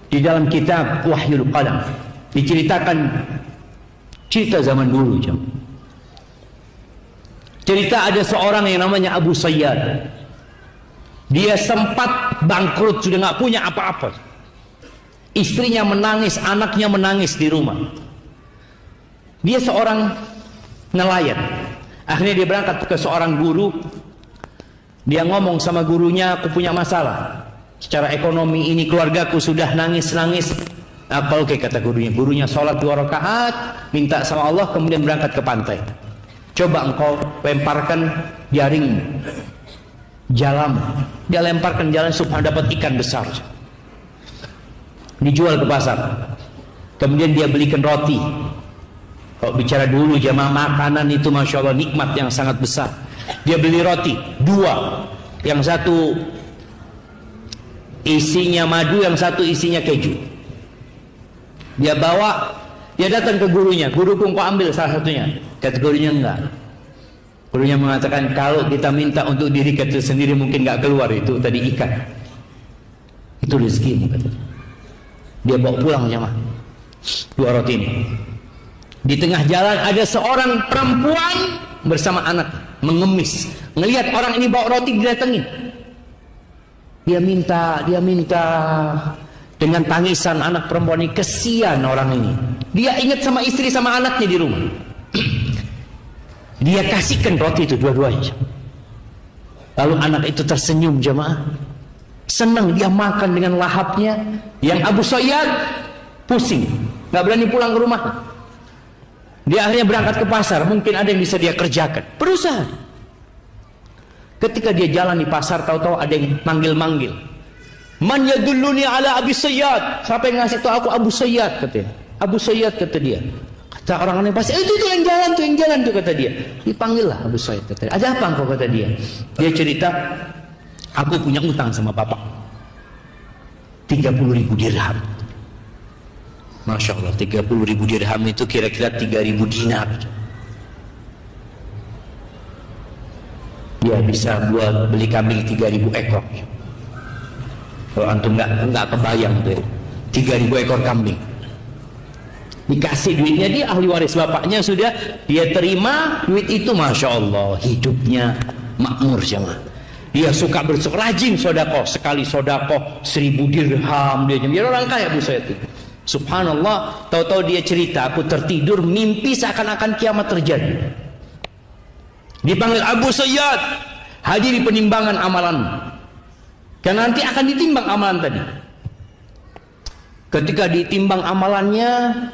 Di dalam kitab Wahyul Qalam diceritakan cerita zaman dulu, cerita ada seorang yang namanya Abu Sayyad. Dia sempat bangkrut, sudah nggak punya apa-apa. Istrinya menangis, anaknya menangis di rumah. Dia seorang nelayan. Akhirnya dia berangkat ke seorang guru. Dia ngomong sama gurunya, aku punya masalah secara ekonomi ini, keluargaku sudah nangis-nangis. Apa oke, kata gurunya. Gurunya sholat 2 rakaat, minta sama Allah, kemudian berangkat ke pantai. Coba engkau lemparkan jaring jalam. Dia lemparkan jalan supaya dapat ikan besar. Dijual ke pasar. Kemudian dia belikan roti. Kalau bicara dulu jamaah, makanan itu masya Allah nikmat yang sangat besar. Dia beli roti 2, yang satu isinya madu, yang satu isinya keju. Dia bawa, dia datang ke gurunya. Guruku, engkau ambil salah satunya. Kata gurunya, enggak. Gurunya mengatakan, kalau kita minta untuk diri kita sendiri mungkin enggak keluar, itu tadi ikan. Itu rezekimu, kata. Dia bawa pulang jamaah 2 roti ini. Di tengah jalan ada seorang perempuan bersama anak mengemis. Ngelihat orang ini bawa roti, didatengin. Dia minta dengan tangisan anak perempuan ini. Kesian orang ini. Dia ingat sama istri sama anaknya di rumah. Dia kasihkan roti itu dua-duanya. Lalu anak itu tersenyum jamaah. Senang dia makan dengan lahapnya. Yang Abu Sayyad pusing, nggak berani pulang ke rumah. Dia akhirnya berangkat ke pasar. Mungkin ada yang bisa dia kerjakan. Berusaha. Ketika dia jalan di pasar, tahu-tahu ada yang manggil-manggil. Man yadulluni ala Abi Sayyad. Siapa yang ngasih tahu aku Abu Sayyad, katanya. Abu Sayyad, kata dia. Kata orang-orang pasar, itu yang jalan tuh, kata dia. Dipanggil lah Abu Sayyad, kata dia. Ada apa engkau, kata dia. Dia cerita, aku punya utang sama bapak 30.000 dirham. Masya Allah, 30.000 dirham itu kira-kira 3.000 dinar. Dia bisa buat beli kambing 3.000 ekor. Kalau antum nggak kebayang tuh, 3.000 ekor kambing. Dikasih duitnya, dia ahli waris bapaknya sudah, dia terima duit itu, masya Allah, hidupnya makmur jemaah. Dia suka rajin sodakoh, sekali sodakoh 1.000 dirham dia orang kaya Abu Sayyid itu. Subhanallah, tahu-tahu dia cerita, aku tertidur mimpi seakan-akan kiamat terjadi. Dipanggil Abu Sayyad, hadiri penimbangan amalan. Karena nanti akan ditimbang amalan tadi. Ketika ditimbang amalannya,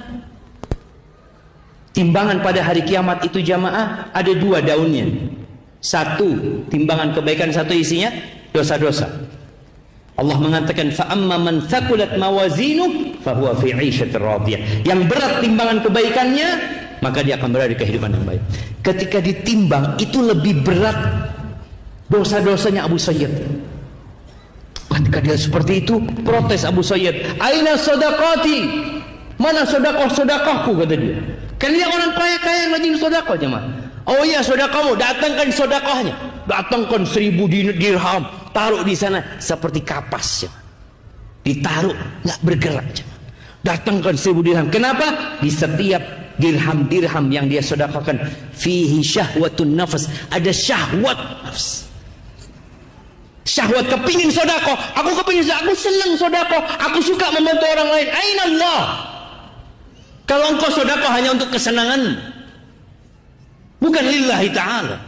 timbangan pada hari kiamat itu jamaah ada 2 daunnya. Satu timbangan kebaikan, satu isinya dosa-dosa. Allah mengatakan fa amma man thaqulat mawazinuhu fa huwa fi 'ishatir radiyah. Yang berat timbangan kebaikannya, maka dia akan berada di kehidupan yang baik. Ketika ditimbang itu lebih berat dosa-dosanya Abu Sayyid. Ketika dia seperti itu, protes Abu Sayyid, "Aina shadaqati?" Mana sedekah-sedekahku, kata dia. Kan dia orang kaya-kaya yang rajin sedekah jemaah. Oh iya, sedekahmu, datangkan sedekahnya. Datangkan 1.000 dirham, taruh di sana seperti kapas, ditaruh nggak bergerak. Datangkan 1.000 dirham. Kenapa? Di setiap dirham yang dia sedekahkan, fihi syahwatun nafas, ada syahwat nafs. Syahwat kepingin sedekah, aku senang sedekah, aku suka membantu orang lain. Aina Allah? Kalau engkau sedekah hanya untuk kesenangan, bukan lillahi ta'ala.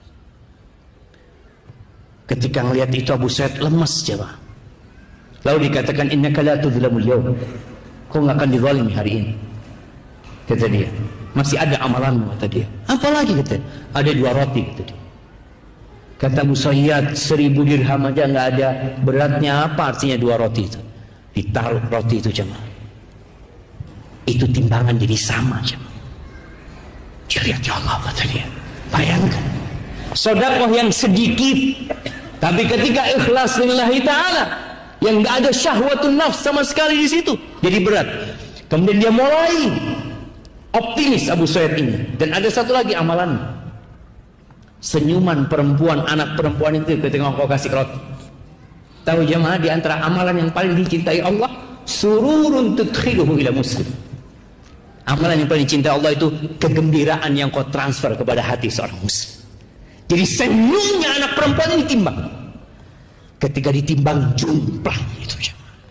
Ketika melihat itu Abu Sayyid lemas jemaah. Lalu dikatakan, innaka la tudzlamul yawm. Kau enggak akan dizalimi hari ini. Kata dia, masih ada amalanmu, kata dia. Apa lagi, kata dia? Ada 2 roti, kata dia. Kata Abu Sayyid, 1.000 dirham aja enggak ada. Beratnya apa artinya 2 roti itu? Ditaruh roti itu jemaah. Itu timbangan jadi sama jemaah. Dia lihat, ya Allah, kata dia. Bayangkan, sedekah yang sedikit, tapi ketika ikhlas lillahi ta'ala, yang gak ada syahwatun nafs sama sekali di situ, jadi berat. Kemudian dia mulai optimis Abu Sayyid ini. Dan ada satu lagi amalan, senyuman perempuan, anak perempuan itu ketika engkau kasih roti. Tahu jemaah, di antara amalan yang paling dicintai Allah, sururun tudkhiluhu ila muslim. Amalan yang paling cinta Allah itu kegembiraan yang kau transfer kepada hati seorang muslim. Jadi senyumnya anak perempuan ini timbang. Ketika ditimbang jumlah itu.